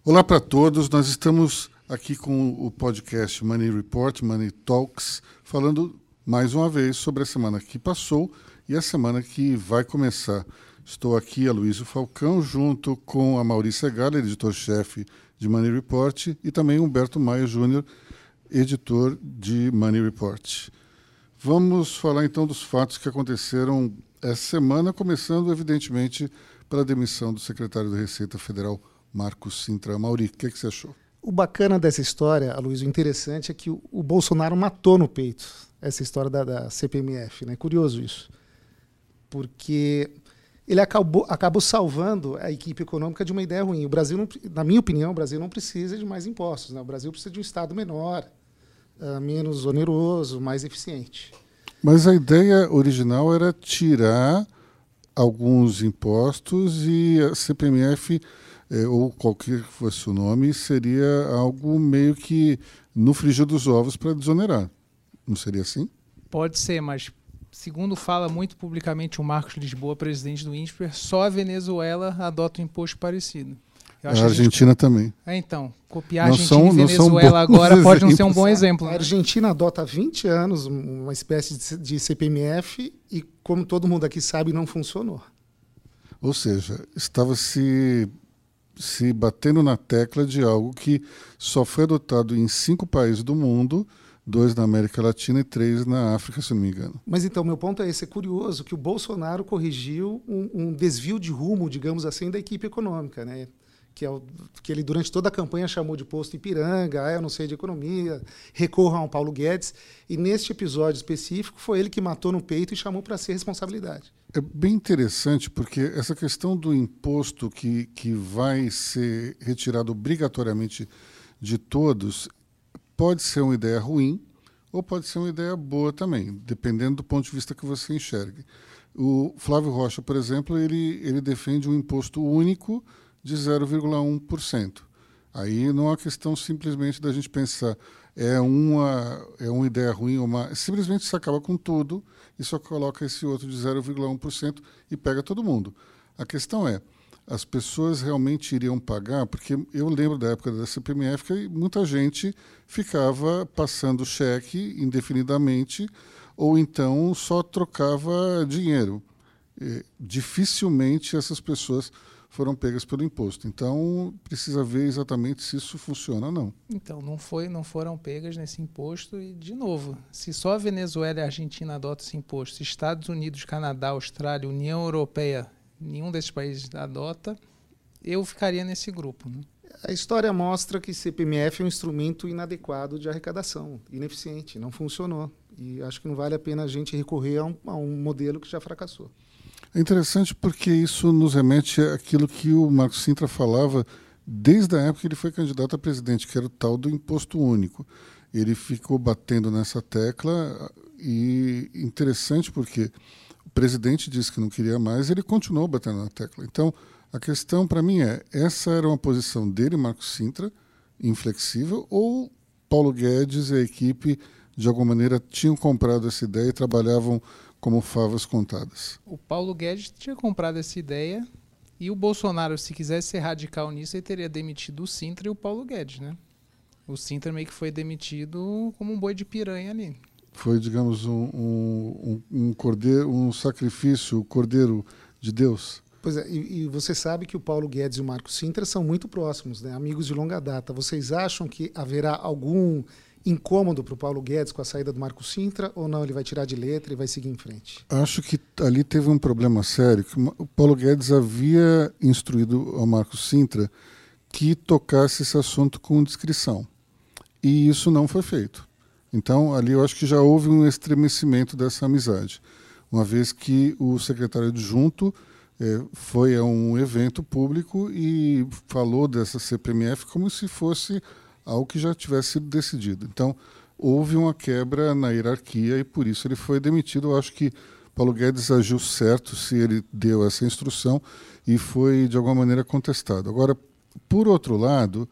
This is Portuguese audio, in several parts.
Olá para todos, nós estamos aqui com o podcast Money Report, Money Talks, falando mais uma vez sobre a semana que passou e a semana que vai começar. Estou aqui, Aloysio Falcão, junto com a Maurícia Gala, editor-chefe de Money Report, e também Humberto Maia Júnior, editor de Money Report. Vamos falar então dos fatos que aconteceram essa semana, começando evidentemente pela demissão do secretário da Receita Federal, Marcos Cintra. Mauri, o que você achou? O bacana dessa história, Aloysio, o interessante é que o Bolsonaro matou no peito essa história da CPMF, né? Curioso isso, porque ele acabou salvando a equipe econômica de uma ideia ruim. O Brasil, não, na minha opinião, o Brasil não precisa de mais impostos, né? O Brasil precisa de um Estado menor, menos oneroso, mais eficiente. Mas a ideia original era tirar alguns impostos e a CPMF, ou qualquer que fosse o nome, seria algo meio que no frigir dos ovos para desonerar. Não seria assim? Pode ser, mas segundo fala muito publicamente o Marcos Lisboa, presidente do INSPER, só a Venezuela adota um imposto parecido. A Argentina também. Então, copiar a Argentina e Venezuela agora pode não ser um bom exemplo. A Argentina adota há 20 anos uma espécie de CPMF e, como todo mundo aqui sabe, não funcionou. Ou seja, estava se batendo na tecla de algo que só foi adotado em 5 países do mundo, 2 na América Latina e 3 na África, se não me engano. Mas então, meu ponto é esse, é curioso que o Bolsonaro corrigiu um desvio de rumo, digamos assim, da equipe econômica, né? Que ele durante toda a campanha chamou de posto Ipiranga, eu não sei de economia, recorram ao Paulo Guedes, e neste episódio específico foi ele que matou no peito e chamou para si a responsabilidade. É bem interessante porque essa questão do imposto que vai ser retirado obrigatoriamente de todos pode ser uma ideia ruim ou pode ser uma ideia boa também, dependendo do ponto de vista que você enxergue. O Flávio Rocha, por exemplo, ele defende um imposto único de 0,1%. Aí não é uma questão simplesmente da gente pensar é uma ideia ruim, simplesmente se acaba com tudo e só coloca esse outro de 0,1% e pega todo mundo. A questão é, as pessoas realmente iriam pagar? Porque eu lembro da época da CPMF que muita gente ficava passando cheque indefinidamente ou então só trocava dinheiro. Dificilmente essas pessoas foram pegas pelo imposto. Então, precisa ver exatamente se isso funciona ou não. Então, não foram pegas nesse imposto e, de novo, se só a Venezuela e a Argentina adotam esse imposto, se Estados Unidos, Canadá, Austrália, União Europeia, nenhum desses países adota, eu ficaria nesse grupo, né? A história mostra que CPMF é um instrumento inadequado de arrecadação, ineficiente, não funcionou. E acho que não vale a pena a gente recorrer a um modelo que já fracassou. É interessante porque isso nos remete àquilo que o Marcos Cintra falava desde a época que ele foi candidato a presidente, que era o tal do imposto único. Ele ficou batendo nessa tecla e interessante porque o presidente disse que não queria mais, ele continuou batendo na tecla. Então, a questão para mim essa era uma posição dele, Marcos Cintra, inflexível, ou Paulo Guedes e a equipe, de alguma maneira, tinham comprado essa ideia e trabalhavam como favas contadas? O Paulo Guedes tinha comprado essa ideia e o Bolsonaro, se quisesse ser radical nisso, ele teria demitido o Cintra e o Paulo Guedes, né? O Cintra meio que foi demitido como um boi de piranha ali. Foi, digamos, um cordeiro, um sacrifício, o cordeiro de Deus. Pois é, e você sabe que o Paulo Guedes e o Marcos Cintra são muito próximos, né? Amigos de longa data. Vocês acham que haverá algum incômodo para o Paulo Guedes com a saída do Marcos Cintra ou não? Ele vai tirar de letra e vai seguir em frente? Acho que ali teve um problema sério, que o Paulo Guedes havia instruído ao Marcos Cintra que tocasse esse assunto com discrição. E isso não foi feito. Então, ali eu acho que já houve um estremecimento dessa amizade, uma vez que o secretário adjunto foi a um evento público e falou dessa CPMF como se fosse algo que já tivesse sido decidido. Então, houve uma quebra na hierarquia e por isso ele foi demitido. Eu acho que Paulo Guedes agiu certo se ele deu essa instrução e foi, de alguma maneira, contestado. Agora, por outro lado,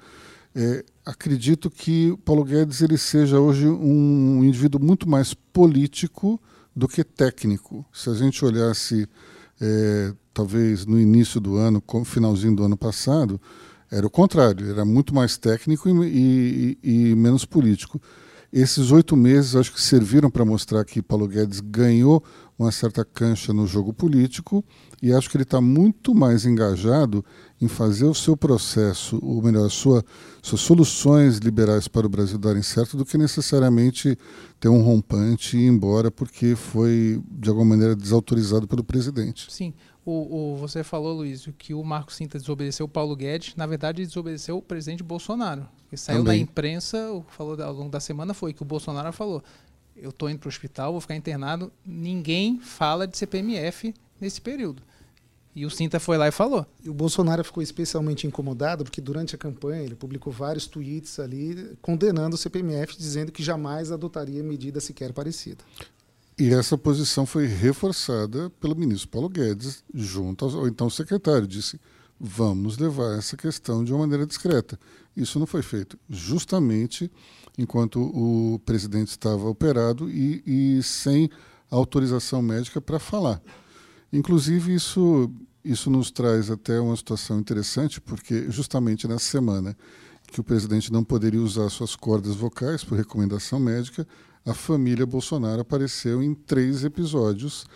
acredito que Paulo Guedes ele seja hoje um indivíduo muito mais político do que técnico. Se a gente olhasse, talvez no início do ano, finalzinho do ano passado, Era o contrário, era muito mais técnico e menos político. Esses 8 meses acho que serviram para mostrar que Paulo Guedes ganhou uma certa cancha no jogo político e acho que ele está muito mais engajado em fazer o seu processo, ou melhor, suas soluções liberais para o Brasil darem certo do que necessariamente ter um rompante e ir embora porque foi, de alguma maneira, desautorizado pelo presidente. Sim. Você falou, Luiz, que o Marco Sintra desobedeceu o Paulo Guedes. Na verdade, ele desobedeceu o presidente Bolsonaro. Que saiu na imprensa, falou ao longo da semana, foi que o Bolsonaro falou: eu estou indo para o hospital, vou ficar internado, ninguém fala de CPMF nesse período. E o Sintra foi lá e falou. E o Bolsonaro ficou especialmente incomodado porque durante a campanha ele publicou vários tweets ali condenando o CPMF, dizendo que jamais adotaria medida sequer parecida. E essa posição foi reforçada pelo ministro Paulo Guedes, junto ao então secretário. Disse, vamos levar essa questão de uma maneira discreta. Isso não foi feito, justamente enquanto o presidente estava operado e sem autorização médica para falar. Inclusive, isso nos traz até uma situação interessante, porque justamente na semana que o presidente não poderia usar suas cordas vocais por recomendação médica, a família Bolsonaro apareceu em 3 episódios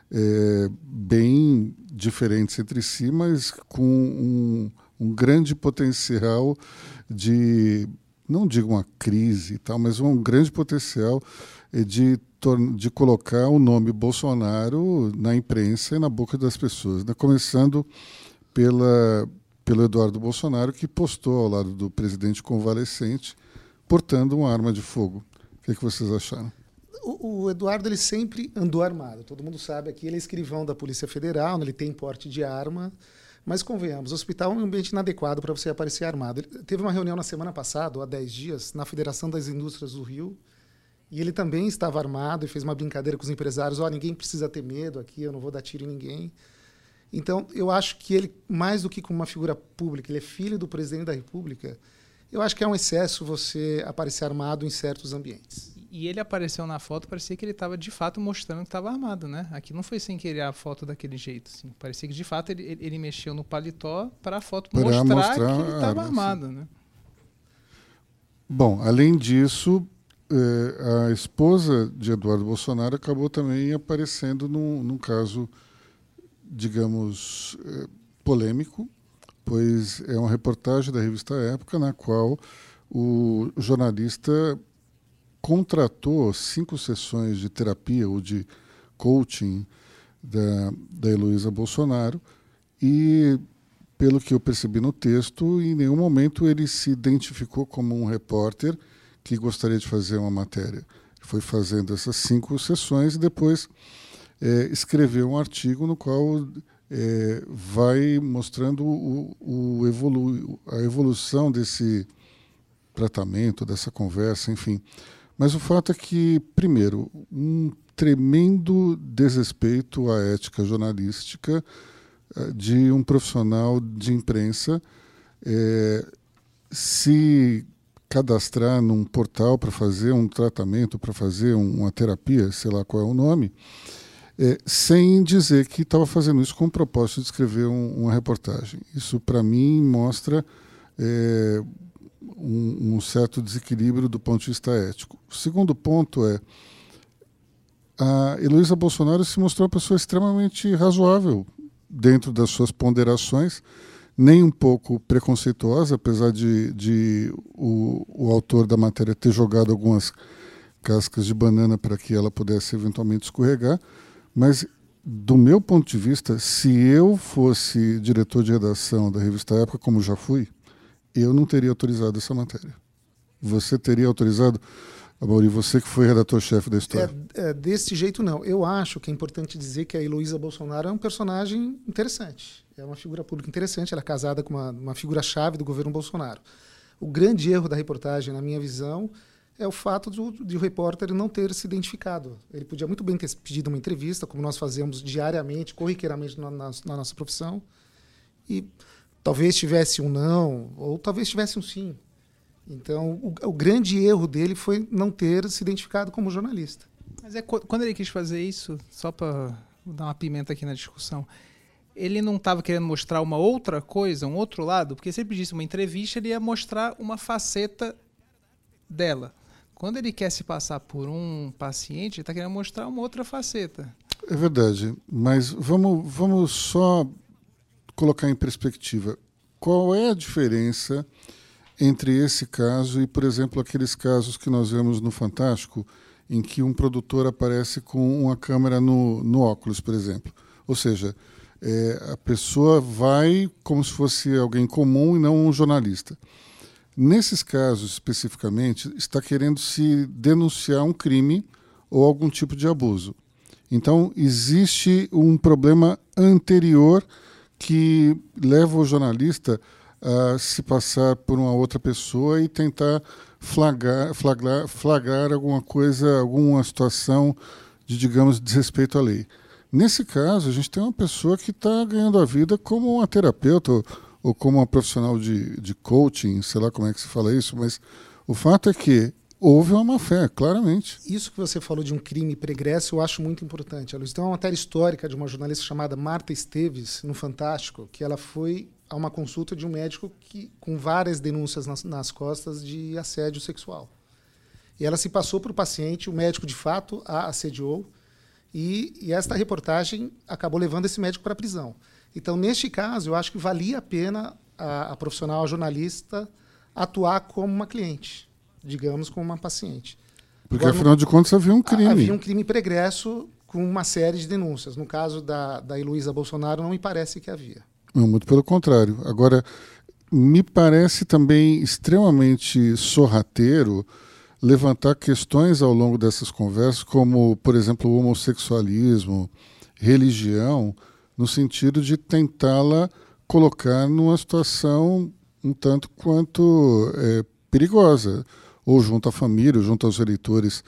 bem diferentes entre si, mas com um grande potencial de, não digo uma crise e tal, mas um grande potencial de colocar o nome Bolsonaro na imprensa e na boca das pessoas, né? Começando pelo Eduardo Bolsonaro, que postou ao lado do presidente convalescente, portando uma arma de fogo. O que vocês acharam? O Eduardo ele sempre andou armado. Todo mundo sabe aqui, ele é escrivão da Polícia Federal, ele tem porte de arma. Mas convenhamos, o hospital é um ambiente inadequado para você aparecer armado. Ele teve uma reunião na semana passada, ou há 10 dias, na Federação das Indústrias do Rio, e ele também estava armado e fez uma brincadeira com os empresários. Ninguém precisa ter medo aqui, eu não vou dar tiro em ninguém. Então, eu acho que ele, mais do que como uma figura pública, ele é filho do presidente da República. Eu acho que é um excesso você aparecer armado em certos ambientes. E ele apareceu na foto, parecia que ele estava de fato mostrando que estava armado, né? Aqui não foi sem querer a foto daquele jeito, assim. Parecia que de fato ele mexeu no paletó para a foto mostrar que ele estava armado, né? Bom, além disso, a esposa de Eduardo Bolsonaro acabou também aparecendo num caso, digamos, polêmico, pois é uma reportagem da revista Época, na qual o jornalista contratou 5 sessões de terapia ou de coaching da Heloísa Bolsonaro e, pelo que eu percebi no texto, em nenhum momento ele se identificou como um repórter que gostaria de fazer uma matéria. Foi fazendo essas 5 sessões e depois escreveu um artigo no qual vai mostrando a evolução desse tratamento, dessa conversa, enfim. Mas o fato é que, primeiro, um tremendo desrespeito à ética jornalística de um profissional de imprensa se cadastrar num portal para fazer um tratamento, para fazer uma terapia, sei lá qual é o nome, sem dizer que estava fazendo isso com o propósito de escrever uma reportagem. Isso, para mim, mostra um certo desequilíbrio do ponto de vista ético. O segundo ponto a Heloísa Bolsonaro se mostrou uma pessoa extremamente razoável dentro das suas ponderações, nem um pouco preconceituosa, apesar de o autor da matéria ter jogado algumas cascas de banana para que ela pudesse eventualmente escorregar, mas, do meu ponto de vista, se eu fosse diretor de redação da revista Época, como já fui, eu não teria autorizado essa matéria. Você teria autorizado, Amaury, você que foi redator-chefe da história? Desse jeito, não. Eu acho que é importante dizer que a Heloísa Bolsonaro é um personagem interessante. É uma figura pública interessante. Ela é casada com uma figura-chave do governo Bolsonaro. O grande erro da reportagem, na minha visão, é o fato de o repórter não ter se identificado. Ele podia muito bem ter pedido uma entrevista, como nós fazemos diariamente, corriqueiramente na nossa profissão, e talvez tivesse um não, ou talvez tivesse um sim. Então, o grande erro dele foi não ter se identificado como jornalista. Mas quando ele quis fazer isso, só para dar uma pimenta aqui na discussão, ele não estava querendo mostrar uma outra coisa, um outro lado? Porque sempre disse, uma entrevista ele ia mostrar uma faceta dela. Quando ele quer se passar por um paciente, ele está querendo mostrar uma outra faceta. É verdade, mas vamos só colocar em perspectiva. Qual é a diferença entre esse caso e, por exemplo, aqueles casos que nós vemos no Fantástico, em que um produtor aparece com uma câmera no óculos, por exemplo? Ou seja, a pessoa vai como se fosse alguém comum e não um jornalista. Nesses casos, especificamente, está querendo se denunciar um crime ou algum tipo de abuso. Então, existe um problema anterior que leva o jornalista a se passar por uma outra pessoa e tentar flagrar alguma coisa, alguma situação de, digamos, desrespeito à lei. Nesse caso, a gente tem uma pessoa que está ganhando a vida como uma terapeuta ou como uma profissional de coaching, sei lá como é que se fala isso, mas o fato é que houve uma má-fé, claramente. Isso que você falou de um crime pregresso, eu acho muito importante. Luiz, tem uma matéria histórica de uma jornalista chamada Marta Esteves, no Fantástico, que ela foi a uma consulta de um médico com várias denúncias nas costas de assédio sexual. E ela se passou para o paciente, o médico de fato a assediou, e esta reportagem acabou levando esse médico para a prisão. Então, neste caso, eu acho que valia a pena a profissional, a jornalista, atuar como uma cliente, digamos, como uma paciente. Porque, afinal de contas, havia um crime. Havia um crime pregresso com uma série de denúncias. No caso da Heloísa Bolsonaro, não me parece que havia. Não, muito pelo contrário. Agora, me parece também extremamente sorrateiro levantar questões ao longo dessas conversas, como, por exemplo, o homossexualismo, religião, no sentido de tentá-la colocar numa situação um tanto quanto perigosa, ou junto à família, ou junto aos eleitores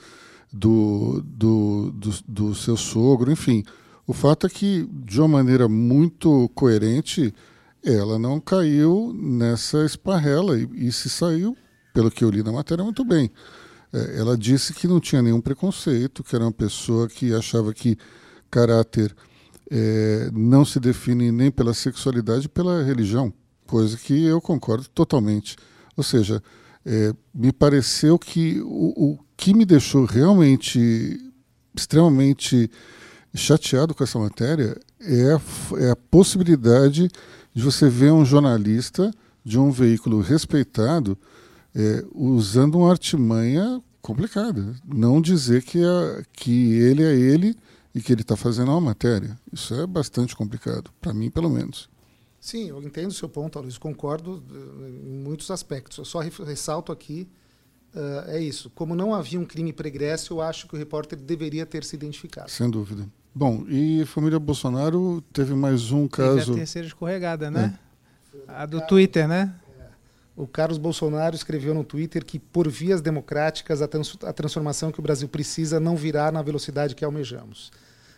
do seu sogro, enfim. O fato é que, de uma maneira muito coerente, ela não caiu nessa esparrela e se saiu, pelo que eu li na matéria, muito bem. Ela disse que não tinha nenhum preconceito, que era uma pessoa que achava que caráter não se define nem pela sexualidade, pela religião, coisa que eu concordo totalmente. Ou seja, me pareceu que o que me deixou realmente extremamente chateado com essa matéria é a possibilidade de você ver um jornalista de um veículo respeitado usando uma artimanha complicada. Não dizer que ele é ele e que ele está fazendo uma matéria. Isso é bastante complicado, para mim, pelo menos. Sim, eu entendo o seu ponto, Luiz, concordo em muitos aspectos. Eu só ressalto aqui, isso. Como não havia um crime pregresso, eu acho que o repórter deveria ter se identificado. Sem dúvida. Bom, e a família Bolsonaro teve mais um caso... Teve a terceira escorregada, né? A do Twitter, né? O Carlos Bolsonaro escreveu no Twitter que, por vias democráticas, a transformação que o Brasil precisa não virá na velocidade que almejamos.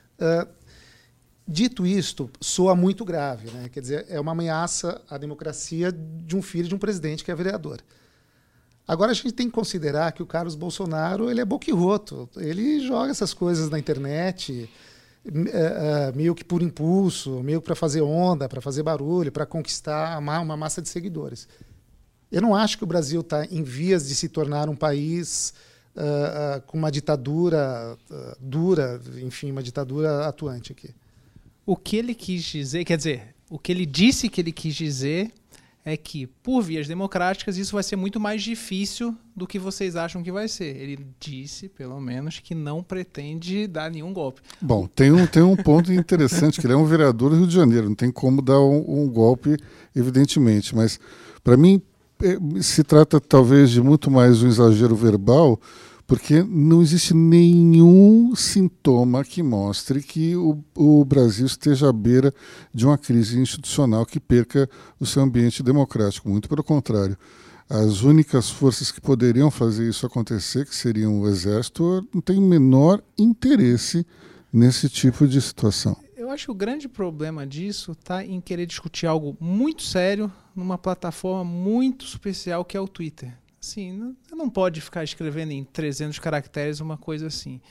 Dito isto, soa muito grave, né? Quer dizer, é uma ameaça à democracia de um filho de um presidente que é vereador. Agora, a gente tem que considerar que o Carlos Bolsonaro ele é boquiroto. Ele joga essas coisas na internet, meio que por impulso, meio para fazer onda, para fazer barulho, para conquistar uma massa de seguidores. Eu não acho que o Brasil está em vias de se tornar um país com uma ditadura dura, enfim, uma ditadura atuante aqui. O que ele quis dizer, quer dizer, o que ele disse que ele quis dizer é que, por vias democráticas, isso vai ser muito mais difícil do que vocês acham que vai ser. Ele disse, pelo menos, que não pretende dar nenhum golpe. Bom, tem um ponto interessante, que ele é um vereador do Rio de Janeiro, não tem como dar um golpe, evidentemente, mas, para mim, se trata talvez de muito mais um exagero verbal, porque não existe nenhum sintoma que mostre que o Brasil esteja à beira de uma crise institucional que perca o seu ambiente democrático. Muito pelo contrário. As únicas forças que poderiam fazer isso acontecer, que seriam o Exército, não tem o menor interesse nesse tipo de situação. Eu acho que o grande problema disso está em querer discutir algo muito sério numa plataforma muito superficial que é o Twitter. Assim, você não pode ficar escrevendo em 300 caracteres uma coisa assim.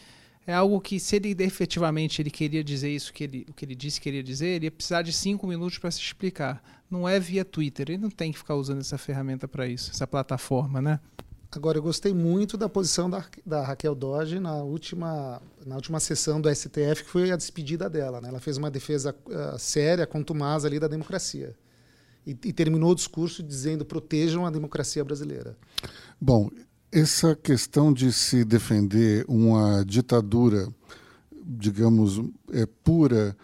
é algo que, se ele efetivamente ele queria dizer isso, o que ele disse que queria dizer, ele ia precisar de 5 minutos para se explicar. Não é via Twitter, ele não tem que ficar usando essa ferramenta para isso, essa plataforma, né? Agora, eu gostei muito da posição da Raquel Dodge na última sessão do STF, que foi a despedida dela, né? Ela fez uma defesa séria, contumaz ali da democracia. E terminou o discurso dizendo: protejam a democracia brasileira. Bom, essa questão de se defender uma ditadura, digamos, pura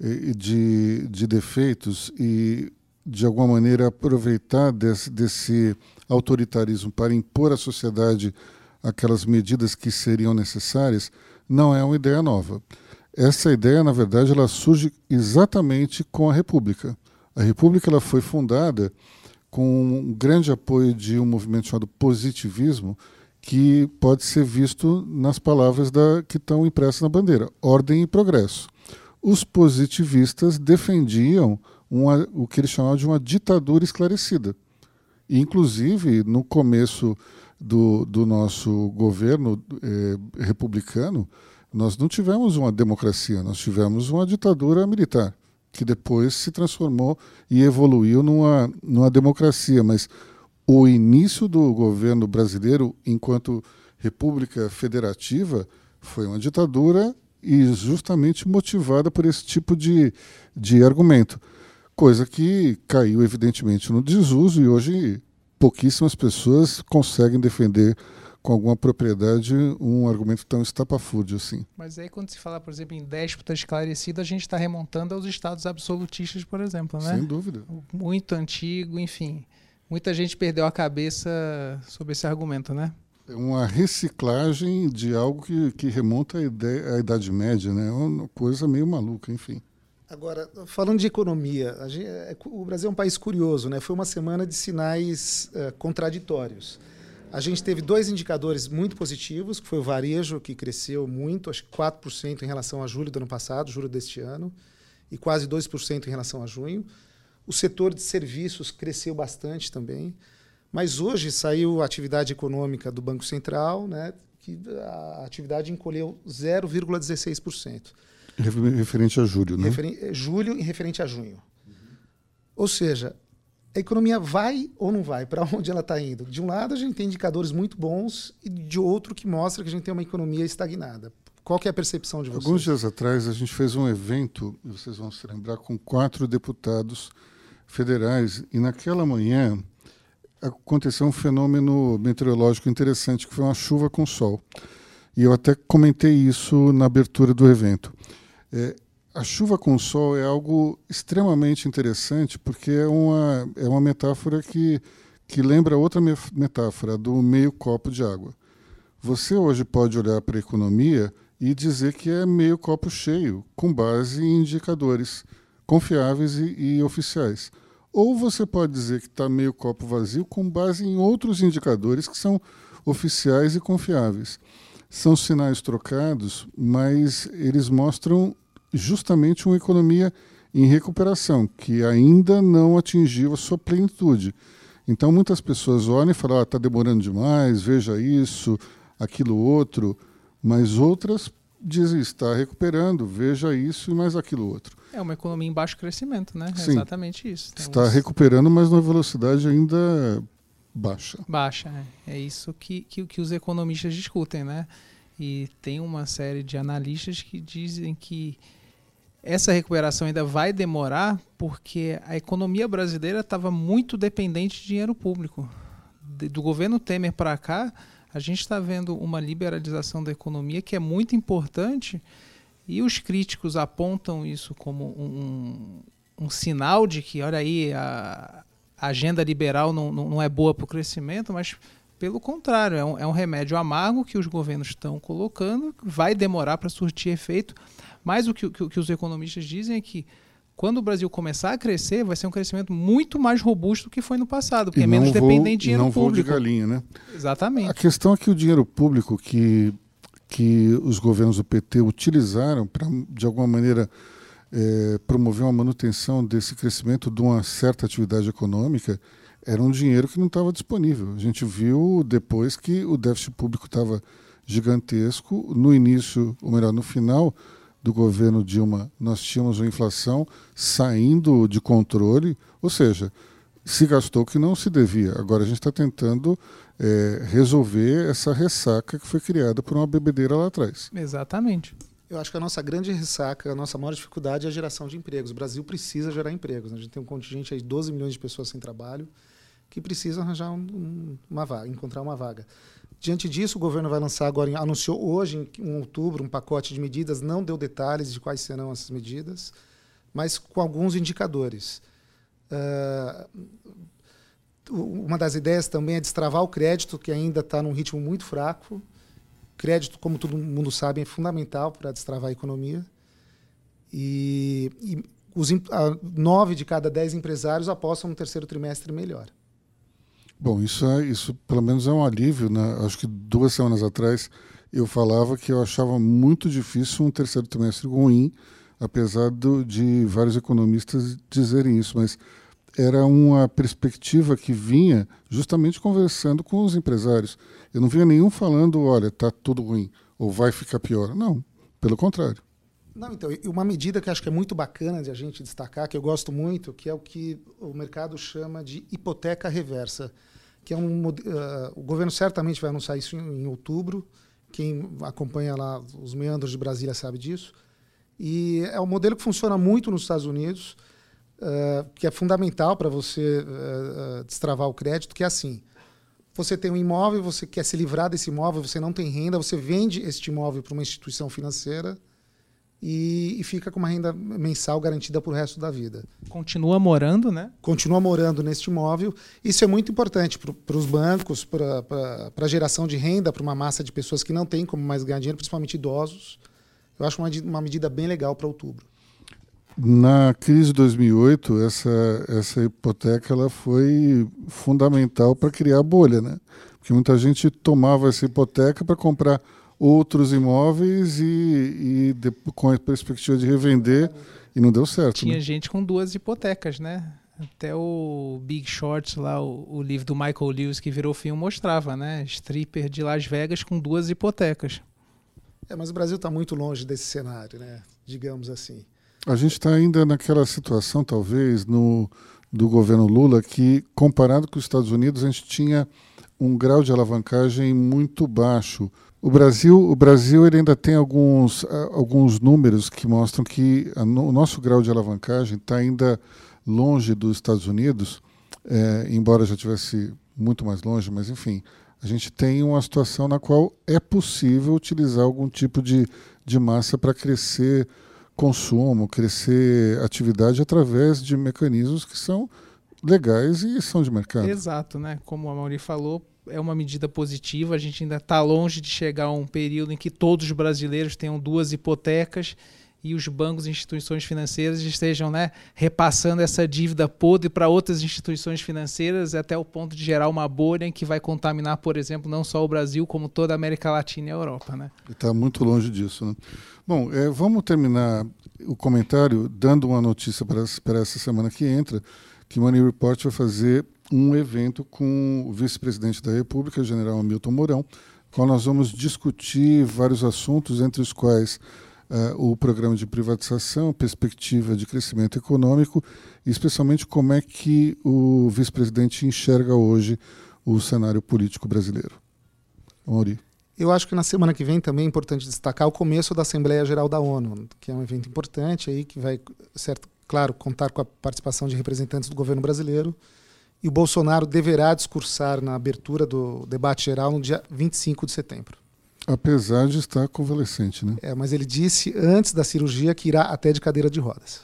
de defeitos e, de alguma maneira, aproveitar desse autoritarismo para impor à sociedade aquelas medidas que seriam necessárias, não é uma ideia nova. Essa ideia, na verdade, ela surge exatamente com a República. A República ela foi fundada com um grande apoio de um movimento chamado positivismo, que pode ser visto nas palavras que estão impressas na bandeira: ordem e progresso. Os positivistas defendiam o que eles chamavam de uma ditadura esclarecida. E, inclusive, no começo do nosso governo republicano, nós não tivemos uma democracia, nós tivemos uma ditadura militar, que depois se transformou e evoluiu numa democracia. Mas o início do governo brasileiro, enquanto república federativa, foi uma ditadura e justamente motivada por esse tipo de argumento. Coisa que caiu, evidentemente, no desuso, e hoje pouquíssimas pessoas conseguem defender com alguma propriedade um argumento tão estapafúrdio assim. Mas aí, quando se fala, por exemplo, em déspota esclarecido, a gente está remontando aos estados absolutistas, por exemplo, né? Sem dúvida. Muito antigo, enfim. Muita gente perdeu a cabeça sobre esse argumento, né? É uma reciclagem de algo que remonta à Idade Média, né? É uma coisa meio maluca, enfim. Agora, falando de economia, o Brasil é um país curioso, né? Foi uma semana de sinais contraditórios. A gente teve 2 indicadores muito positivos, que foi o varejo, que cresceu muito, acho que 4% em relação a julho do ano passado, julho deste ano, e quase 2% em relação a junho. O setor de serviços cresceu bastante também. Mas hoje saiu a atividade econômica do Banco Central, né, que a atividade encolheu 0,16%. Referente a julho, né? Julho e referente a junho. Ou seja, a economia vai ou não vai? Para onde ela está indo? De um lado, a gente tem indicadores muito bons e de outro que mostra que a gente tem uma economia estagnada. Qual que é a percepção de vocês? Alguns dias atrás, a gente fez um evento, vocês vão se lembrar, com 4 deputados federais, e naquela manhã aconteceu um fenômeno meteorológico interessante, que foi uma chuva com sol. E eu até comentei isso na abertura do evento. A chuva com sol é algo extremamente interessante, porque é uma metáfora que lembra outra metáfora, do meio copo de água. Você hoje pode olhar para a economia e dizer que é meio copo cheio, com base em indicadores confiáveis e oficiais. Ou você pode dizer que está meio copo vazio com base em outros indicadores que são oficiais e confiáveis. São sinais trocados, mas eles mostram justamente uma economia em recuperação, que ainda não atingiu a sua plenitude. Então, muitas pessoas olham e falam: está demorando demais, veja isso, aquilo outro, mas outras dizem: está recuperando, veja isso e mais aquilo outro. É uma economia em baixo crescimento, né? Sim, exatamente isso. Está recuperando, mas numa velocidade ainda baixa. Baixa, né? É isso que os economistas discutem, né? E tem uma série de analistas que dizem que essa recuperação ainda vai demorar porque a economia brasileira estava muito dependente de dinheiro público. Do governo Temer para cá, a gente está vendo uma liberalização da economia que é muito importante, e os críticos apontam isso como um sinal de que, olha aí, a agenda liberal não é boa para o crescimento, mas pelo contrário, é um remédio amargo que os governos estão colocando, vai demorar para surtir efeito, mas o que os economistas dizem é que quando o Brasil começar a crescer, vai ser um crescimento muito mais robusto do que foi no passado, porque é menos dependente de dinheiro público. Não voo de galinha, né? Exatamente. A questão é que o dinheiro público que os governos do PT utilizaram para, de alguma maneira, promover uma manutenção desse crescimento de uma certa atividade econômica, era um dinheiro que não estava disponível. A gente viu depois que o déficit público estava gigantesco. No início, ou melhor, no final do governo Dilma, nós tínhamos uma inflação saindo de controle, ou seja, se gastou o que não se devia. Agora a gente está tentando resolver essa ressaca que foi criada por uma bebedeira lá atrás. Exatamente. Eu acho que a nossa grande ressaca, a nossa maior dificuldade é a geração de empregos. O Brasil precisa gerar empregos. A gente tem um contingente aí de 12 milhões de pessoas sem trabalho que precisam arranjar uma vaga, encontrar uma vaga. Diante disso, o governo vai lançar agora, anunciou hoje, em outubro, um pacote de medidas, não deu detalhes de quais serão essas medidas, mas com alguns indicadores. Uma das ideias também é destravar o crédito, que ainda está num ritmo muito fraco. Crédito, como todo mundo sabe, é fundamental para destravar a economia. E 9 de cada 10 empresários apostam no terceiro trimestre melhor. Bom, isso pelo menos é um alívio, né? Acho que 2 semanas atrás eu falava que eu achava muito difícil um terceiro trimestre ruim, apesar de vários economistas dizerem isso, mas era uma perspectiva que vinha justamente conversando com os empresários. Eu não via nenhum falando, olha, está tudo ruim, ou vai ficar pior. Não, pelo contrário. Não, então, uma medida que acho que é muito bacana de a gente destacar, que eu gosto muito, que é o que o mercado chama de hipoteca reversa, que é o governo certamente vai anunciar isso em outubro. Quem acompanha lá os meandros de Brasília sabe disso. E é um modelo que funciona muito nos Estados Unidos, que é fundamental para você destravar o crédito, que é assim: você tem um imóvel, você quer se livrar desse imóvel, você não tem renda, você vende este imóvel para uma instituição financeira e fica com uma renda mensal garantida para o resto da vida. Continua morando, né? Continua morando neste imóvel. Isso é muito importante para os bancos, para a geração de renda, para uma massa de pessoas que não tem como mais ganhar dinheiro, principalmente idosos. Eu acho uma medida bem legal para outubro. Na crise de 2008, essa hipoteca ela foi fundamental para criar a bolha, né? Porque muita gente tomava essa hipoteca para comprar outros imóveis e com a perspectiva de revender, e não deu certo. Tinha, né? gente com 2 hipotecas, né? Até o Big Short, lá, o livro do Michael Lewis que virou filme, mostrava, né? Stripper de Las Vegas com 2 hipotecas. Mas o Brasil está muito longe desse cenário, né? Digamos assim. A gente está ainda naquela situação, talvez, do governo Lula, que, comparado com os Estados Unidos, a gente tinha um grau de alavancagem muito baixo. O Brasil ele ainda tem alguns números que mostram que o nosso grau de alavancagem está ainda longe dos Estados Unidos, embora já estivesse muito mais longe, mas enfim, a gente tem uma situação na qual é possível utilizar algum tipo de massa para crescer consumo, crescer atividade através de mecanismos que são legais e são de mercado. Exato, né? Como a Mauri falou, é uma medida positiva. A gente ainda está longe de chegar a um período em que todos os brasileiros tenham 2 hipotecas e os bancos e instituições financeiras estejam, né, repassando essa dívida podre para outras instituições financeiras até o ponto de gerar uma bolha em que vai contaminar, por exemplo, não só o Brasil, como toda a América Latina e a Europa, né? Está muito longe disso, né? Bom, vamos terminar o comentário dando uma notícia para essa semana que entra, que o Money Report vai fazer um evento com o vice-presidente da República, general Hamilton Mourão, qual nós vamos discutir vários assuntos, entre os quais o programa de privatização, perspectiva de crescimento econômico e especialmente como é que o vice-presidente enxerga hoje o cenário político brasileiro. Mauri. Eu acho que na semana que vem também é importante destacar o começo da Assembleia Geral da ONU, que é um evento importante aí que vai, claro, contar com a participação de representantes do governo brasileiro. E o Bolsonaro deverá discursar na abertura do debate geral no dia 25 de setembro. Apesar de estar convalescente, né? Mas ele disse antes da cirurgia que irá até de cadeira de rodas.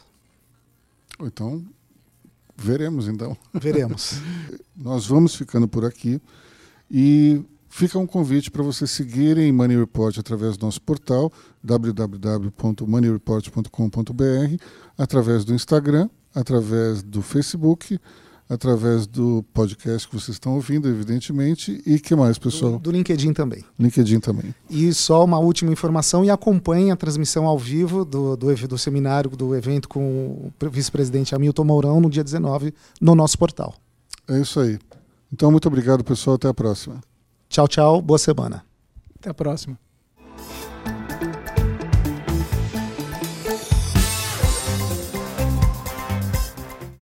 Então, veremos então. Veremos. Nós vamos ficando por aqui e fica um convite para vocês seguirem Money Report através do nosso portal www.moneyreport.com.br, através do Instagram, através do Facebook, através do podcast que vocês estão ouvindo, evidentemente. E que mais, pessoal? Do LinkedIn também. LinkedIn também. E só uma última informação, e acompanhe a transmissão ao vivo do seminário, do evento com o vice-presidente Hamilton Mourão no dia 19, no nosso portal. É isso aí. Então, muito obrigado, pessoal. Até a próxima. Tchau, tchau. Boa semana. Até a próxima.